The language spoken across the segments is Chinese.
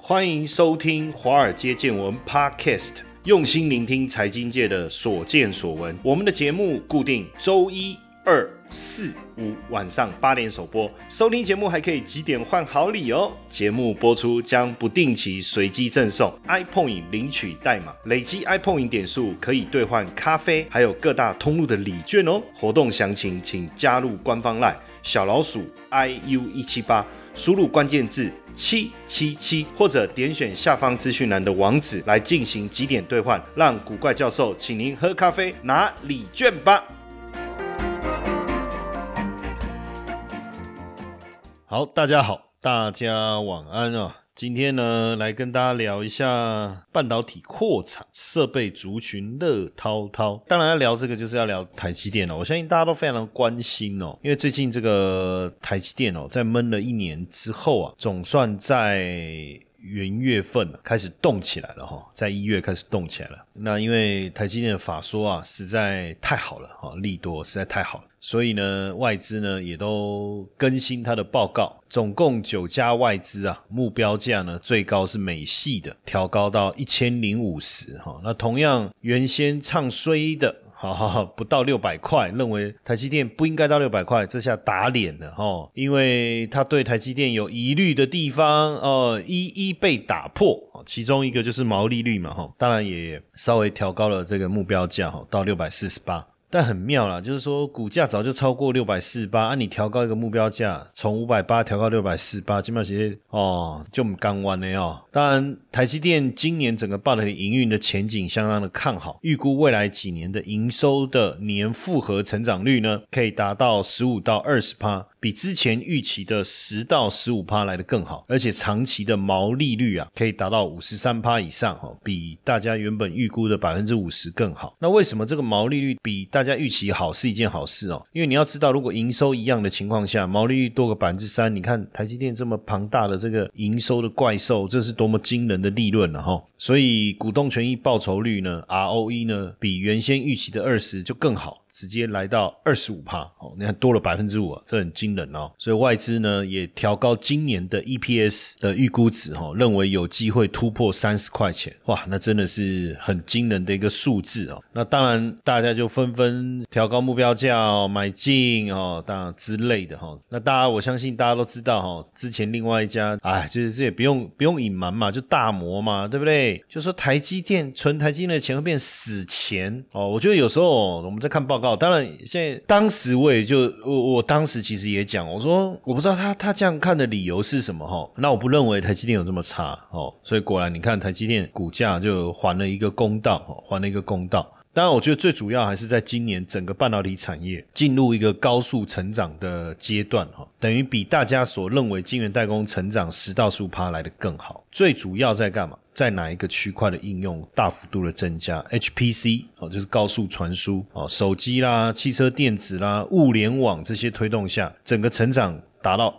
欢迎收听华尔街见闻 Podcast， 用心聆听财经界的所见所闻。我们的节目固定周一、二、四、5晚上8点首播，收听节目还可以集点换好礼哦。节目播出将不定期随机赠送 iPoint 领取代码，累积 iPoint 点数可以兑换咖啡，还有各大通路的礼券哦。活动详情请加入官方 LINE 小老鼠 IU178， 输入关键字777，或者点选下方资讯栏的网址来进行集点兑换，让古怪教授请您喝咖啡拿礼券吧。好，大家好，大家晚安啊！今天呢，来跟大家聊一下半导体扩产设备族群热滔滔。当然要聊这个，就是要聊台积电哦。我相信大家都非常的关心哦，因为最近这个台积电哦，在闷了1年之后啊，总算在元月份开始动起来了齁，在1月开始动起来了。那因为台积电的法说啊实在太好了齁，利多实在太好了，所以呢外资呢也都更新它的报告，总共9家外资啊，目标价呢最高是美系的调高到1050齁。那同样原先唱衰的不到600块，认为台积电不应该到600块，这下打脸了齁，因为他对台积电有疑虑的地方一一被打破，其中一个就是毛利率嘛齁，当然也稍微调高了这个目标价到648。但很妙啦，就是说股价早就超过648啊，你调高一个目标价，从580调高648，基本上就不甘愿的哦。当然台积电今年整个半导体营运的前景相当的看好，预估未来几年的营收的年复合成长率呢，可以达到15%到20%，比之前预期的10%到15% 来得更好，而且长期的毛利率啊可以达到53% 以上，比大家原本预估的 50% 更好。那为什么这个毛利率比大家预期好是一件好事哦？因为你要知道，如果营收一样的情况下，毛利率多个 3%， 你看台积电这么庞大的这个营收的怪兽，这是多么惊人的利润啊。所以股东权益报酬率呢 ROE 呢比原先预期的20就更好，直接来到 25%， 你看多了 5% 啊，这很惊人哦。所以外资呢也调高今年的 EPS 的预估值，认为有机会突破30块钱。哇，那真的是很惊人的一个数字哦。那当然大家就纷纷调高目标价买进当然之类的。那我相信大家都知道之前另外一家就是这也不用隐瞒嘛，就大摩嘛，对不对？就说台积電存台积電的钱会变死钱我觉得有时候我们在看报告，当然现在当时我当时其实也讲，我说我不知道他这样看的理由是什么那我不认为台积电有这么差所以果然你看台积电股价就还了一个公道。当然我觉得最主要还是在今年整个半导体产业进入一个高速成长的阶段等于比大家所认为晶圆代工成长10%到15% 来得更好。最主要在干嘛？在哪一个区块的应用大幅度的增加 HPC 就是高速传输手机啦、汽车电子啦、物联网这些推动下，整个成长达到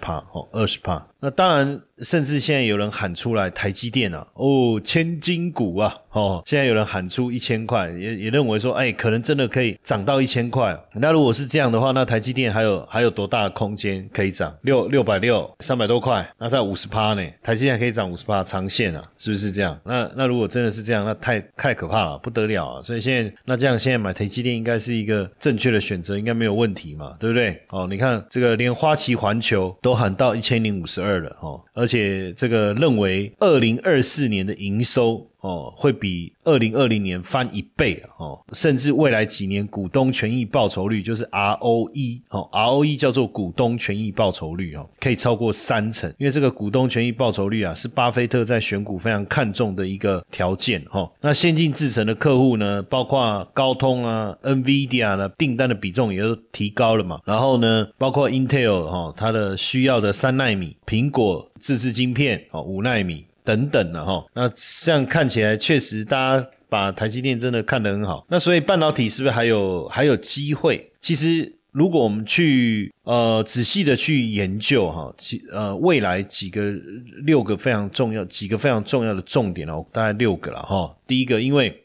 20%。那当然甚至现在有人喊出来台积电千金股现在有人喊出1000块，也认为说可能真的可以涨到1000块。那如果是这样的话，那台积电还有多大的空间可以涨？660 300多块，那在 50% 呢，台积电可以涨 50% 长线是不是这样？那如果真的是这样，那太可怕了，不得了啊。所以现在买台积电应该是一个正确的选择，应该没有问题嘛，对不对？你看这个连花旗环球都喊到1052了而且这个认为2024年的营收会比2020年翻1倍甚至未来几年股东权益报酬率就是 ROE 叫做股东权益报酬率可以超过30%，因为这个股东权益报酬率是巴菲特在选股非常看重的一个条件那先进制程的客户呢，包括高通NVIDIA 呢，订单的比重也都提高了嘛，然后呢包括 Intel 它的需要的3奈米，苹果自制晶片5奈米等等那这样看起来确实大家把台积电真的看得很好。那所以半导体是不是还有机会？其实如果我们去仔细的去研究未来几个非常重要的重点大概6个啦第一个，因为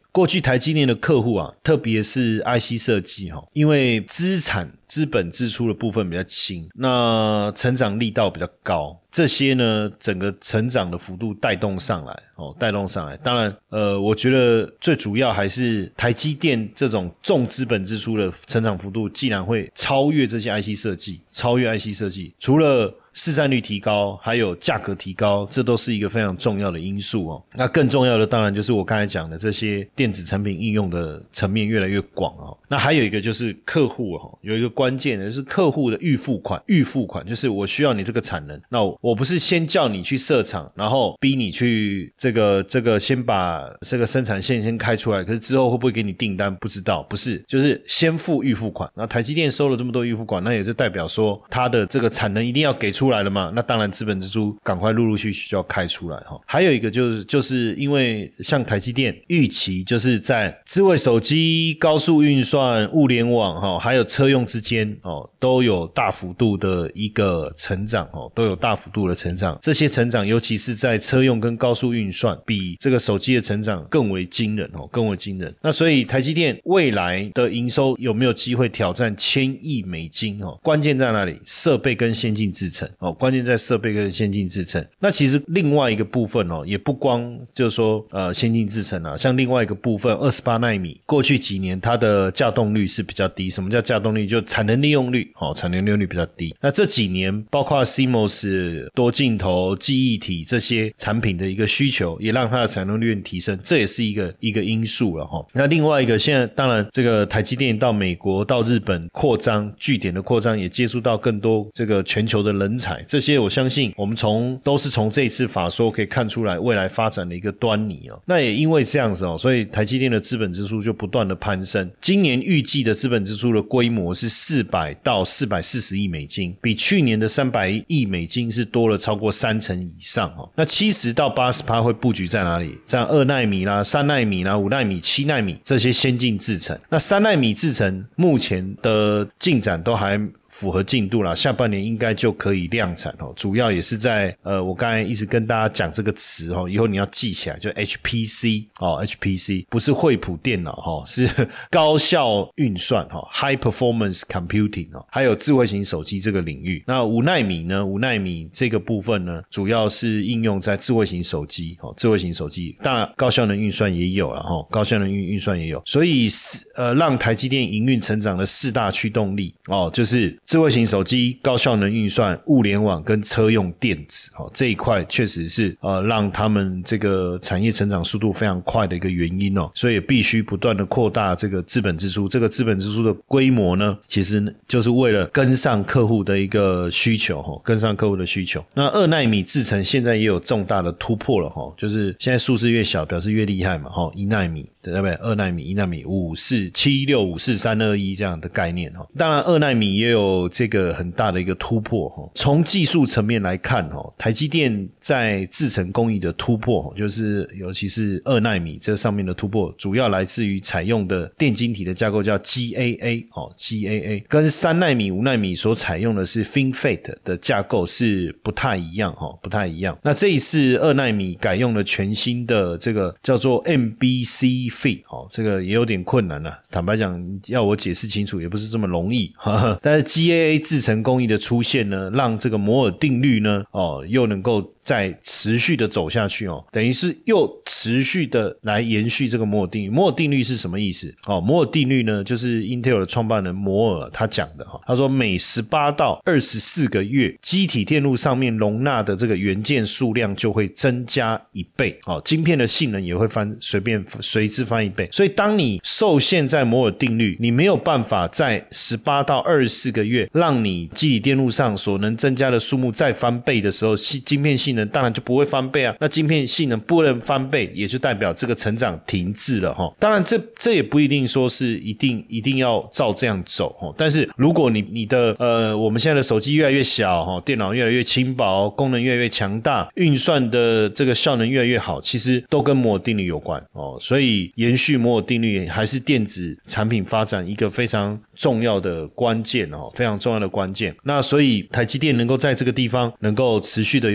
过去台积电的客户啊，特别是 IC 设计因为资本支出的部分比较轻，那成长力道比较高，这些呢整个成长的幅度带动上来。当然我觉得最主要还是台积电这种重资本支出的成长幅度既然会超越这些 IC 设计，除了市占率提高还有价格提高，这都是一个非常重要的因素那更重要的当然就是我刚才讲的这些电子产品应用的层面越来越广那还有一个就是客户有一个关键的就是客户的预付款就是我需要你这个产能，那我不是先叫你去设厂，然后逼你去这个先把这个生产线先开出来，可是之后会不会给你订单不知道，不是，就是先付预付款。那台积电收了这么多预付款，那也就代表说它的这个产能一定要给出来了嘛，那当然资本支出赶快陆续就要开出来还有一个就是因为像台积电预期就是在智慧手机、高速运算、物联网还有车用之间都有大幅度的一个成长这些成长尤其是在车用跟高速运算比这个手机的成长更为惊人。那所以台积电未来的营收有没有机会挑战1000亿美金关键在哪里？设备跟先进制程关键在设备跟先进制程。那其实另外一个部分也不光就是说先进制程像另外一个部分28奈米过去几年它的稼动率是比较低。什么叫稼动率？就产能利用率比较低。那这几年包括 CMOS 多镜头、记忆体这些产品的一个需求也让它的产能利用提升，这也是一个因素了那另外一个现在当然这个台积电到美国到日本扩张，据点的扩张也接触到更多这个全球的人才，这些我相信我们都是从这一次法说可以看出来未来发展的一个端倪那也因为这样子所以台积电的资本支出就不断的攀升，今年预计的资本支出的规模是400到440亿美金，比去年的300亿美金是多了超过30%以上那70到80%会布局在哪里？在2奈米啦、3奈米啦、5奈米、7奈米这些先进制程。那3奈米制程目前的进展都还符合进度啦，下半年应该就可以量产主要也是在我刚才一直跟大家讲这个词以后你要记起来，就 HPC HPC 不是惠普电脑是高效运算High Performance Computing 还有智慧型手机这个领域。那5奈米呢？5奈米这个部分呢，主要是应用在智慧型手机当然高效能运算也有啦所以让台积电营运成长的4大驱动力就是智慧型手机、高效能运算、物联网跟车用电子这一块确实是让他们这个产业成长速度非常快的一个原因所以也必须不断的扩大这个资本支出。这个资本支出的规模呢，其实就是为了跟上客户的一个需求那2奈米制程现在也有重大的突破了就是现在数字越小表示越厉害嘛1奈米对不对？2奈米、1奈米、5、4、7、6、5、4、3、2、1这样的概念当然2奈米也有这个很大的一个突破从技术层面来看台积电在制程工艺的突破就是尤其是2奈米这上面的突破，主要来自于采用的电晶体的架构叫 GAA 跟3奈米、5奈米所采用的是 FinFET 的架构是不太一样那这一次2奈米改用了全新的这个叫做 MBC FET 这个也有点困难坦白讲要我解释清楚也不是这么容易但是 GAA 制程工艺的出现呢，让这个摩尔定律呢又能够再持续的走下去等于是又持续的来延续这个摩尔定律。摩尔定律是什么意思摩尔定律呢，就是 Intel 的创办人摩尔他讲的他说每18到24个月机体电路上面容纳的这个元件数量就会增加1倍晶片的性能也会随之翻1倍。所以当你受限在摩尔定律，你没有办法在18到24个月让你机体电路上所能增加的数目再翻倍的时候，晶片性能当然就不会翻倍那晶片性能不能翻倍，也就代表这个成长停滞了当然这也不一定说是一定要照这样走但是如果你的我们现在的手机越来越小电脑越来越轻薄，功能越来越强大，运算的这个效能越来越好，其实都跟摩尔定律有关所以延续摩尔定律还是电子产品发展一个非常重要的关键非常重要的关键。那所以台积电能够在这个地方能够持续的有所进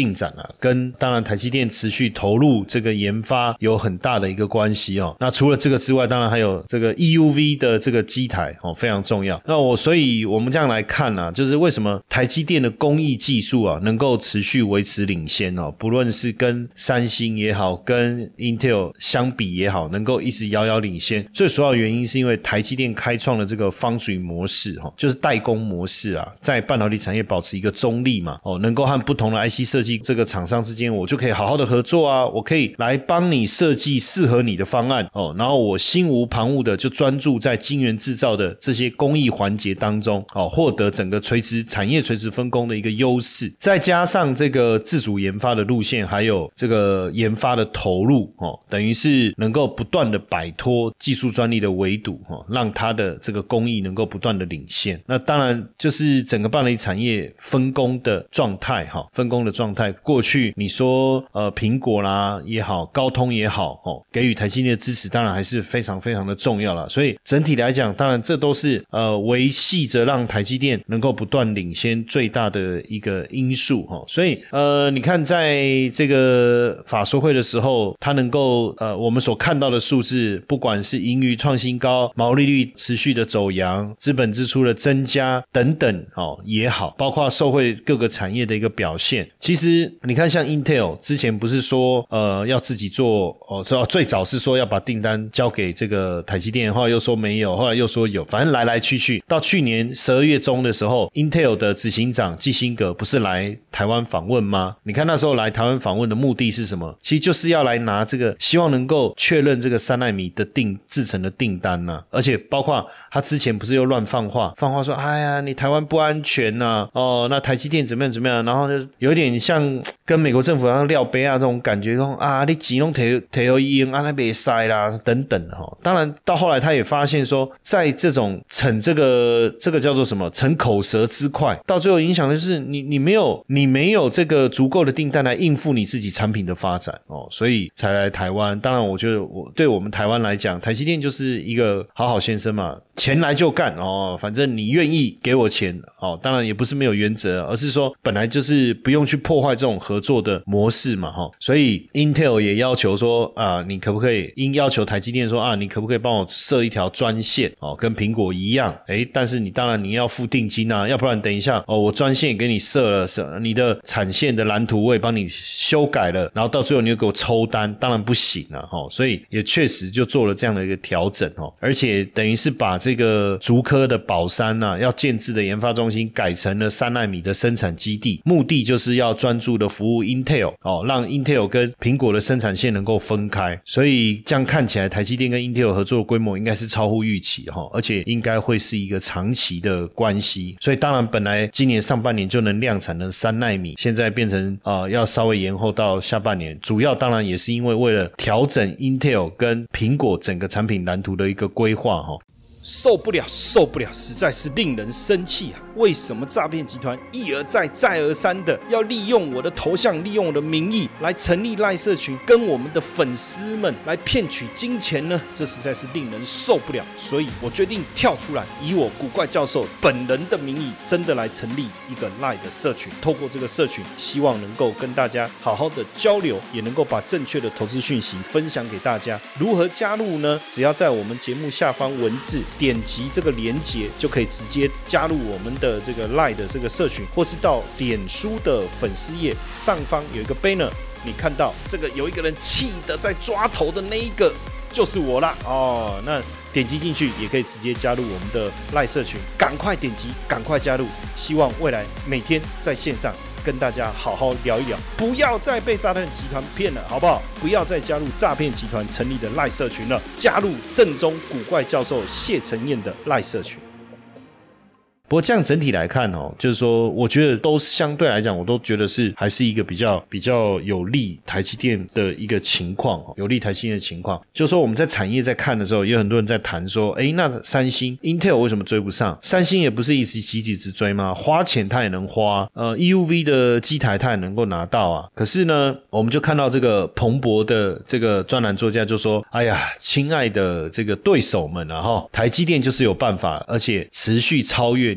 进展啊，跟当然台积电持续投入这个研发有很大的一个关系哦。那除了这个之外，当然还有这个 EUV 的这个机台哦，非常重要。那所以我们这样来看啊，就是为什么台积电的工艺技术啊能够持续维持领先哦，不论是跟三星也好，跟 Intel 相比也好，能够一直遥遥领先。最主要的原因是因为台积电开创了这个 Foundry 模式哦，就是代工模式啊，在半导体产业保持一个中立嘛哦，能够和不同的 IC 设计这个厂商之间，我就可以好好的合作啊，我可以来帮你设计适合你的方案哦，然后我心无旁骛的就专注在晶圆制造的这些工艺环节当中哦，获得整个产业垂直分工的一个优势，再加上这个自主研发的路线，还有这个研发的投入哦，等于是能够不断的摆脱技术专利的围堵哦，让它的这个工艺能够不断的领先。那当然就是整个半导体产业分工的状态哈，分工的状态，过去你说苹果啦也好，高通也好哦，给予台积电的支持当然还是非常非常的重要啦。所以整体来讲，当然这都是维系着让台积电能够不断领先最大的一个因素哦。所以你看在这个法说会的时候，它能够我们所看到的数字，不管是盈余创新高，毛利率持续的走扬，资本支出的增加等等哦也好，包括受惠各个产业的一个表现。其实你看像 Intel 之前不是说要自己做最早是说要把订单交给这个台积电，后来又说没有，后来又说有，反正来来去去。到去年12月中的时候， Intel 的执行长季辛格不是来台湾访问吗？你看那时候来台湾访问的目的是什么？其实就是要来拿这个，希望能够确认这个3奈米的制程的订单啊，而且包括他之前不是又乱放话说哎呀你台湾不安全啊哦，那台积电怎么样怎么样，然后就有点像跟美国政府像廖杯啊这种感觉，说啊你钱都提到用啊那别塞啦等等的哦。当然到后来他也发现说，在这种逞这个叫做什么逞口舌之快，到最后影响的就是你没有这个足够的订单来应付你自己产品的发展哦，所以才来台湾。当然我觉得对我们台湾来讲，台积电就是一个好好先生嘛，钱来就干哦，反正你愿意给我钱哦，当然也不是没有原则，而是说本来就是不用去破坏这种合作的模式嘛齁。所以 Intel 也要求说你可不可以要求台积电说你可不可以帮我设一条专线哦，跟苹果一样但是你当然你要付定金啊，要不然等一下我专线也给你设了，你的产线的蓝图我也帮你修改了，然后到最后你又给我抽单，当然不行啊齁。所以也确实就做了这样的一个调整齁，而且等于是把这个竹科的宝山要建制的研发中心改成了3奈米的生产基地，目的就是要专注的服务 Intel 让 Intel 跟苹果的生产线能够分开。所以这样看起来台积电跟 Intel 合作的规模应该是超乎预期而且应该会是一个长期的关系。所以当然本来今年上半年就能量产的3奈米，现在变成要稍微延后到下半年，主要当然也是因为为了调整 Intel 跟苹果整个产品蓝图的一个规划受不了，实在是令人生气啊！为什么诈骗集团一而再再而三的要利用我的头像，利用我的名义来成立赖社群，跟我们的粉丝们来骗取金钱呢？这实在是令人受不了，所以我决定跳出来，以我古怪教授本人的名义，真的来成立一个赖的社群。透过这个社群，希望能够跟大家好好的交流，也能够把正确的投资讯息分享给大家。如何加入呢？只要在我们节目下方文字点击这个连结，就可以直接加入我们的这个 LINE 的这个社群，或是到脸书的粉丝页上方有一个 banner， 你看到这个有一个人气的在抓头的那一个就是我啦那点击进去也可以直接加入我们的 LINE 社群，赶快点击，赶快加入，希望未来每天在线上跟大家好好聊一聊，不要再被诈骗集团骗了，好不好？不要再加入诈骗集团成立的赖社群了，加入正宗古怪教授谢承彦的赖社群。不过这样整体来看就是说我觉得都相对来讲我都觉得是还是一个比较有利台积电的一个情况有利台积电的情况。就是说我们在产业在看的时候，也有很多人在谈说那三星 Intel 为什么追不上？三星也不是一时急起直追吗？花钱它也能花EUV 的机台它也能够拿到啊。可是呢我们就看到这个彭博的这个专栏作家就说，哎呀亲爱的这个对手们台积电就是有办法，而且持续超越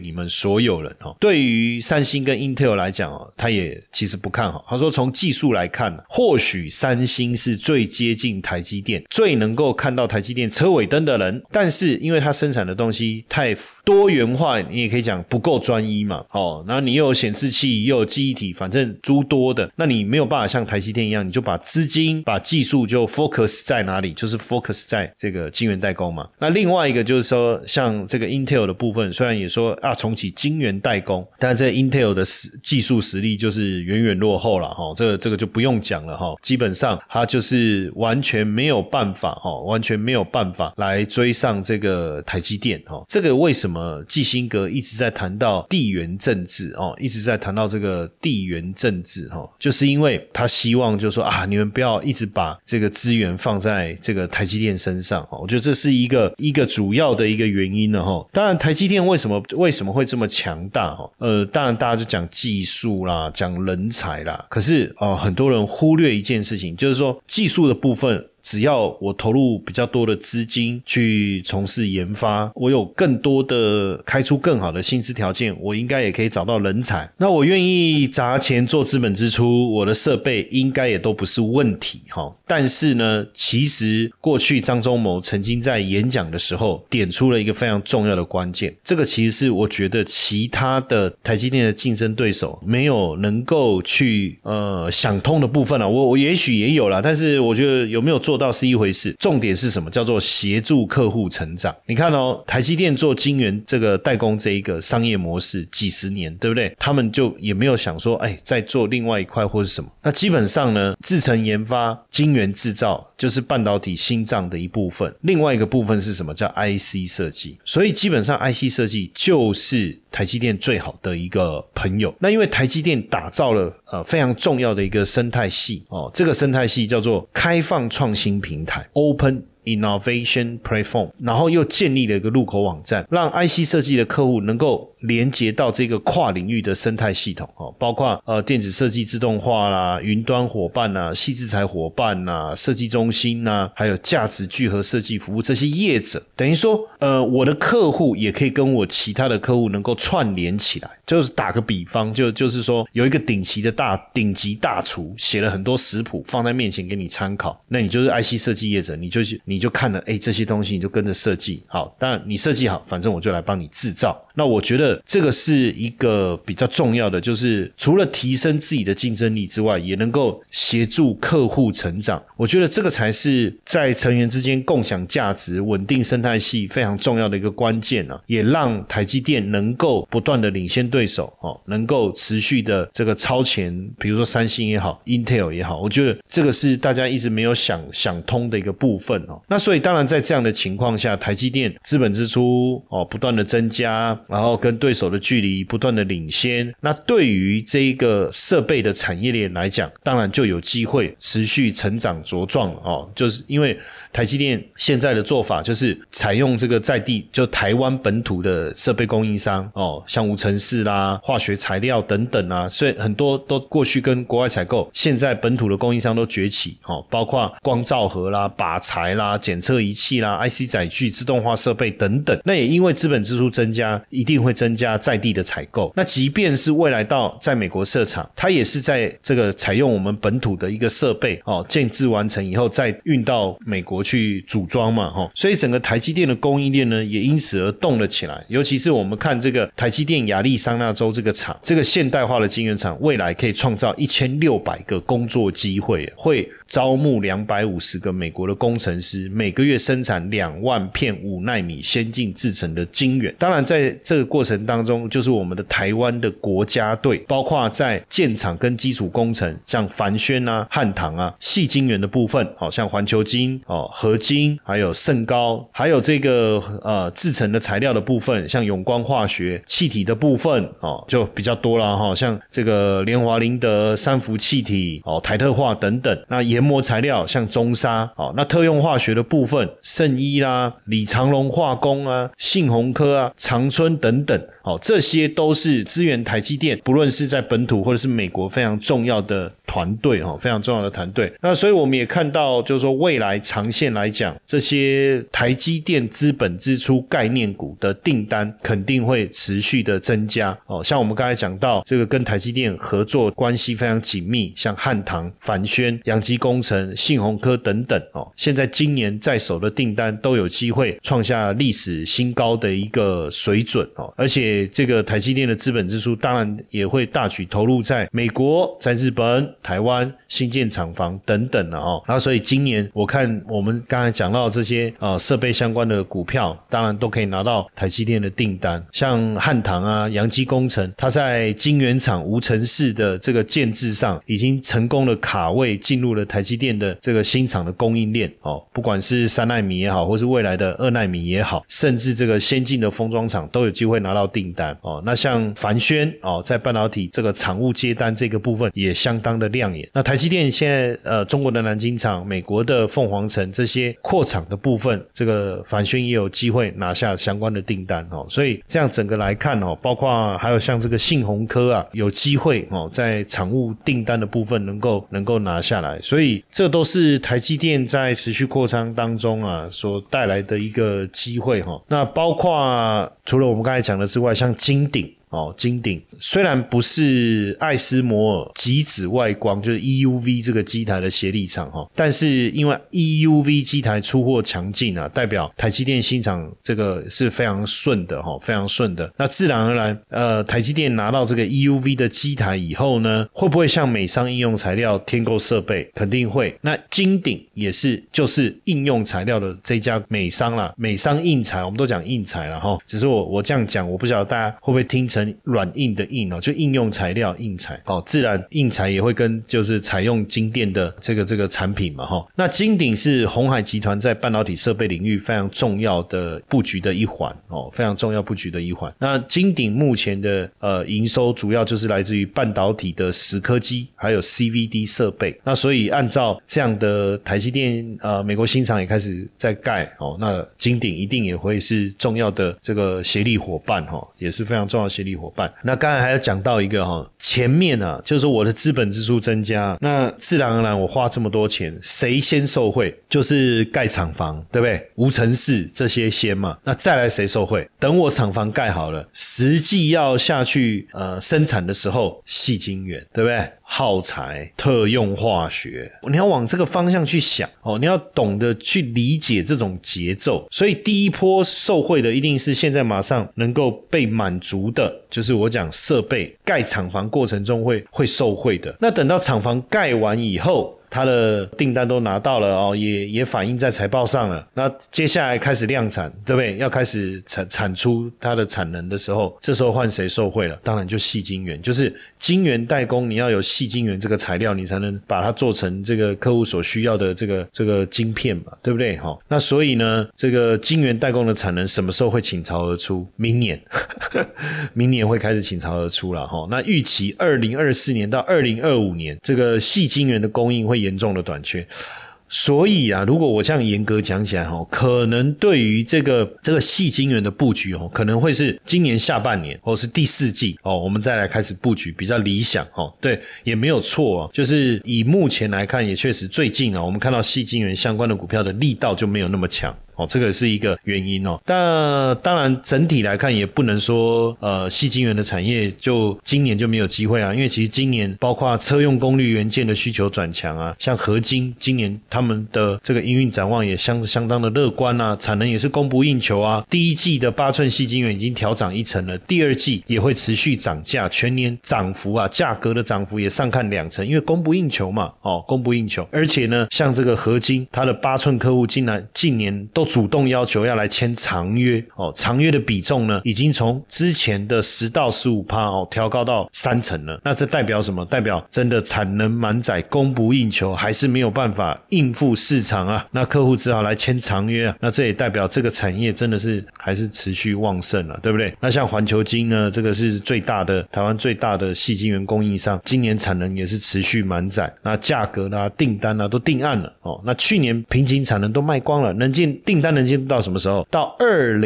你们所有人对于三星跟 Intel 来讲他也其实不看好。他说从技术来看，或许三星是最接近台积电，最能够看到台积电车尾灯的人，但是因为它生产的东西太多元化，你也可以讲不够专一嘛。然后你又有显示器又有记忆体，反正诸多的，那你没有办法像台积电一样，你就把资金把技术就 focus 在哪里，就是 focus 在这个晶圆代工嘛。那另外一个就是说像这个 Intel 的部分，虽然也说重启晶圆代工，但这个 Intel 的技术实力就是远远落后了这个就不用讲了基本上它就是完全没有办法来追上这个台积电这个为什么基辛格一直在谈到地缘政治一直在谈到这个地缘政治就是因为他希望就是说你们不要一直把这个资源放在这个台积电身上我觉得这是一个主要的一个原因了当然台积电为什么会这么强大当然大家就讲技术啦，讲人才啦，可是很多人忽略一件事情，就是说技术的部分只要我投入比较多的资金去从事研发，我有更多的开出更好的薪资条件，我应该也可以找到人才，那我愿意砸钱做资本支出，我的设备应该也都不是问题但是呢，其实过去张忠谋曾经在演讲的时候点出了一个非常重要的关键，这个其实是我觉得其他的台积电的竞争对手没有能够去想通的部分我也许也有啦，但是我觉得有没有做到是一回事，重点是什么？叫做协助客户成长。你看台积电做晶圆这个代工这一个商业模式几十年，对不对？他们就也没有想说再做另外一块或是什么。那基本上呢，制程研发、晶圆制造就是半导体心脏的一部分，另外一个部分是什么？叫 IC 设计。所以基本上 IC 设计就是台积电最好的一个朋友。那因为台积电打造了非常重要的一个生态系这个生态系叫做开放创新平台 Open Innovation Platform， 然后又建立了一个入口网站，让 IC 设计的客户能够连接到这个跨领域的生态系统包括电子设计自动化啦、云端伙伴啦、矽智财伙伴啦、设计中心啦，还有价值聚合设计服务，这些业者等于说我的客户也可以跟我其他的客户能够串联起来。就是打个比方，就是说有一个顶级大厨写了很多食谱放在面前给你参考，那你就是 IC 设计业者，你就看了这些东西你就跟着设计好，当然你设计好，反正我就来帮你制造。那我觉得这个是一个比较重要的，就是除了提升自己的竞争力之外，也能够协助客户成长。我觉得这个才是在成员之间共享价值、稳定生态系非常重要的一个关键也让台积电能够不断的领先对手能够持续的这个超前，比如说三星也好 Intel 也好，我觉得这个是大家一直没有想通的一个部分那所以当然在这样的情况下，台积电资本支出不断的增加，然后跟对手的距离不断的领先，那对于这一个设备的产业链来讲，当然就有机会持续成长茁壮就是因为台积电现在的做法就是采用这个在地就台湾本土的设备供应商像无尘室啦、化学材料等等所以很多都过去跟国外采购，现在本土的供应商都崛起包括光罩盒啦、靶材啦、检测仪器啦、IC 载具、自动化设备等等。那也因为资本支出增加，一定会增加在地的采购。那即便是未来到在美国设厂，它也是在这个采用我们本土的一个设备建制完成以后再运到美国去组装嘛所以整个台积电的供应链呢也因此而动了起来。尤其是我们看这个台积电亚利桑那州这个厂，这个现代化的晶圆厂未来可以创造1600个工作机会，会招募250个美国的工程师，每个月生产2万片5奈米先进制程的晶圆。当然在这个过程当中，就是我们的台湾的国家队，包括在建厂跟基础工程，像凡轩汉唐矽晶圆的部分像环球晶合晶，还有盛高，还有这个制程的材料的部分，像永光化学，气体的部分就比较多啦像这个联华林德、三福气体台特化等等。那研磨材料像中砂那特用化学的部分，圣医啦、李长龙化工信鸿科长春村等等，这些都是支援台积电不论是在本土或者是美国非常重要的团队，非常重要的团队。那所以我们也看到就是说未来长线来讲，这些台积电资本支出概念股的订单肯定会持续的增加，像我们刚才讲到这个跟台积电合作关系非常紧密，像汉唐、凡轩、阳基工程、信鸿科等等，现在今年在手的订单都有机会创下历史新高的一个水准，而且这个台积电的资本支出当然也会大举投入在美国、在日本、台湾新建厂房等等了那所以今年我看我们刚才讲到这些设备相关的股票，当然都可以拿到台积电的订单，像汉唐啊、阳基工程，它在晶圆厂无尘室的这个建制上已经成功的卡位进入了台积电的这个新厂的供应链不管是3奈米也好，或是未来的2奈米也好，甚至这个先进的封装厂都有机会拿到订单那像凡轩在半导体这个厂务接单这个部分也相当的亮眼。那台积电现在中国的南京厂、美国的凤凰城这些扩厂的部分，这个凡轩也有机会拿下相关的订单所以这样整个来看包括还有像这个信鸿科啊，有机会在厂务订单的部分能够拿下来，所以这都是台积电在持续扩张当中啊所带来的一个机会那包括除了我们刚才讲的之外，像金鼎金鼎虽然不是艾斯摩尔极紫外光就是 EUV 这个机台的协力厂但是因为 EUV 机台出货强劲啊，代表台积电新厂这个是非常顺的非常顺的。那自然而然台积电拿到这个 EUV 的机台以后呢，会不会像美商应用材料添购设备？肯定会。那金鼎也是就是应用材料的这家美商啦，美商印材，我们都讲印材啦只是我这样讲，我不晓得大家会不会听成软硬的硬就应用材料印材自然印材也会跟就是采用晶电的这个产品嘛那金鼎是鸿海集团在半导体设备领域非常重要的布局的一环非常重要布局的一环。那金鼎目前的营收主要就是来自于半导体的蚀刻机还有 CVD 设备。那所以按照这样的台积电美国新厂也开始在盖那金鼎一定也会是重要的这个协力伙伴也是非常重要的协力伙伴。那刚才还有讲到一个前面就是说我的资本支出增加，那自然而然我花这么多钱，谁先受惠？就是盖厂房对不对？无尘室这些先嘛，那再来谁受惠？等我厂房盖好了，实际要下去生产的时候，矽晶圆对不对？耗材、特用化学，你要往这个方向去想你要懂得去理解这种节奏。所以第一波受惠的一定是现在马上能够被满足的，就是我讲设备盖厂房过程中会受惠的。那等到厂房盖完以后，它的订单都拿到了也反映在财报上了。那接下来开始量产，对不对？要开始产出它的产能的时候，这时候换谁受惠了？当然就矽晶圆，就是晶圆代工，你要有矽晶圆这个材料，你才能把它做成这个客户所需要的这个晶片嘛，对不对？那所以呢，这个晶圆代工的产能什么时候会倾巢而出？明年明年会开始倾巢而出了那预期2024年到2025年，这个矽晶圆的供应会严重的短缺。所以啊，如果我这样严格讲起来可能对于这个矽晶圆的布局可能会是今年下半年或是第4季我们再来开始布局比较理想对，也没有错就是以目前来看，也确实最近我们看到矽晶圆相关的股票的力道就没有那么强这个是一个原因但当然整体来看也不能说矽晶圆的产业就今年就没有机会因为其实今年包括车用功率元件的需求转强像合晶今年他们的这个营运展望也相当的乐观产能也是供不应求第一季的8寸矽晶圆已经调涨1成了，第二季也会持续涨价，全年涨幅价格的涨幅也上看2成，因为供不应求嘛供不应求。而且呢，像这个合晶它的8寸客户竟然近年都主动要求要来签长约长约的比重呢已经从之前的10到15%调高到3成了。那这代表什么？代表真的产能满载，供不应求，还是没有办法应付市场那客户只好来签长约那这也代表这个产业真的是还是持续旺盛对不对？那像环球晶呢，这个是台湾最大的矽晶圆供应商，今年产能也是持续满载，那价格订单都定案了那去年平均产能都卖光了，能见订订单能进入到什么时候？到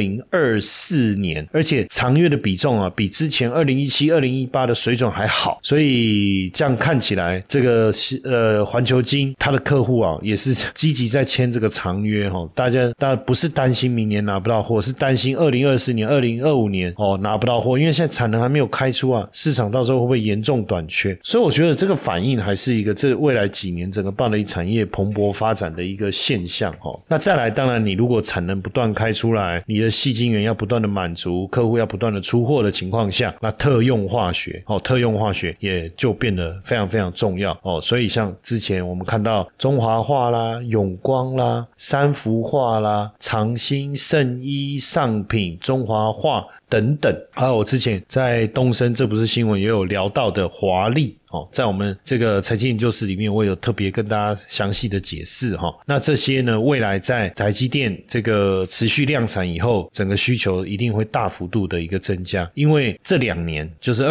2024年，而且长约的比重啊，比之前2017、2018的水准还好，所以这样看起来，这个环球金它的客户啊，也是积极在签这个长约哈。大家不是担心明年拿不到货，是担心2024年、2025年拿不到货，因为现在产能还没有开出啊，市场到时候会不会严重短缺？所以我觉得这个反应还是一个这未来几年整个半导体产业蓬勃发展的一个现象那再来，当然你如果产能不断开出来，你的矽晶圆要不断的满足，客户要不断的出货的情况下，那特用化学也就变得非常非常重要所以像之前我们看到中华化啦、永光啦、三福化啦、长兴、圣一、上品、中华化等等，还有我之前在东升这不是新闻也有聊到的华丽在我们这个财经研究室里面，我有特别跟大家详细的解释那这些呢，未来在台积电这个持续量产以后，整个需求一定会大幅度的一个增加，因为这2年就是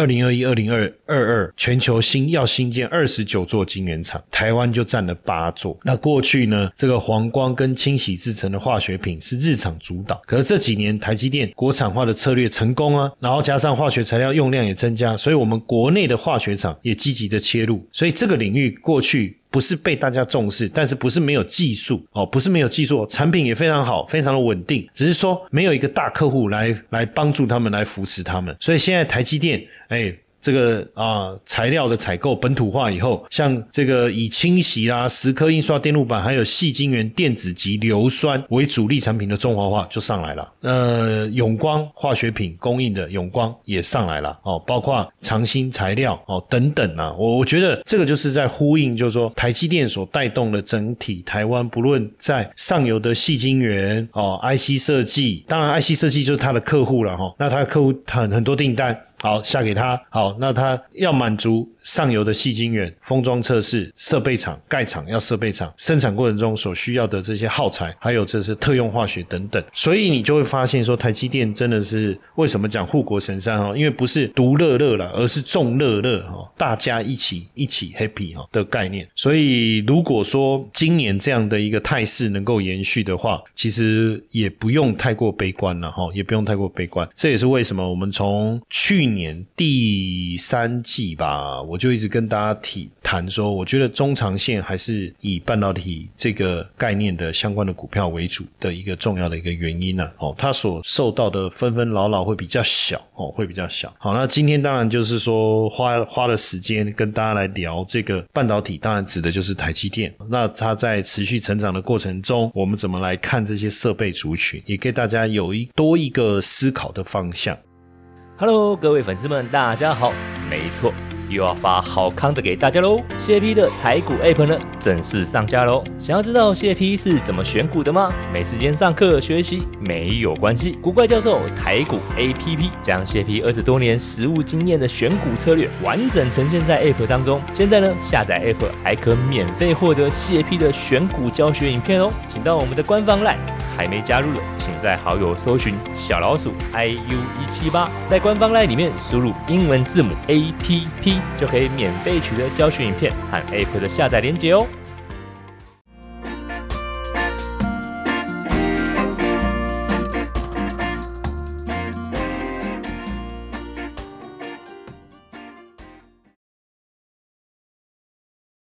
2021、2022，全球要新建29座晶圆厂，台湾就占了8座。那过去呢，这个黄光跟清洗制成的化学品是日厂主导，可是这几年台积电国产化的策略成功啊，然后加上化学材料用量也增加，所以我们国内的化学厂也积极的切入，所以这个领域过去不是被大家重视，但是不是没有技术不是没有技术，产品也非常好，非常的稳定，只是说没有一个大客户来帮助他们，来扶持他们。所以现在台积电这个材料的采购本土化以后，像这个以清洗啦、蚀刻印刷电路板还有矽晶圆电子级硫酸为主力产品的中华化就上来了。永光化学品供应的永光也上来了包括长兴材料等等我觉得这个就是在呼应，就是说台积电所带动的整体台湾，不论在上游的矽晶圆IC 设计，当然 IC 设计就是他的客户了那他的客户很多订单好下给他，好，那他要满足上游的矽晶圆、封装测试、设备厂、盖厂要设备厂，生产过程中所需要的这些耗材，还有这些特用化学等等。所以你就会发现说，台积电真的是为什么讲护国神山因为不是独乐乐啦，而是众乐乐大家一起 happy 的概念。所以如果说今年这样的一个态势能够延续的话，其实也不用太过悲观了也不用太过悲观。这也是为什么我们从去年第3季吧，我就一直跟大家谈说，我觉得中长线还是以半导体这个概念的相关的股票为主的一个重要的一个原因它所受到的纷纷扰扰会比较小会比较小。好，那今天当然就是说花了时间跟大家来聊这个半导体，当然指的就是台积电。那它在持续成长的过程中，我们怎么来看这些设备族群，也给大家有多一个思考的方向。 Hello， 各位粉丝们，大家好。没错，又要发好康的给大家喽！谢 P 的台股 App 呢正式上架喽！想要知道谢 P 是怎么选股的吗？没时间上课学习没有关系，古怪教授台股 APP 将谢 P 20多年实务经验的选股策略完整呈现在 App 当中。现在呢，下载 App 还可免费获得谢 P 的选股教学影片哦！请到我们的官方 LINE。还没加入的，请在好友搜寻小老鼠 IU178，在官方 LINE 里面输入英文字母 APP， 就可以免费取得教学影片和 App 的下载连结哦。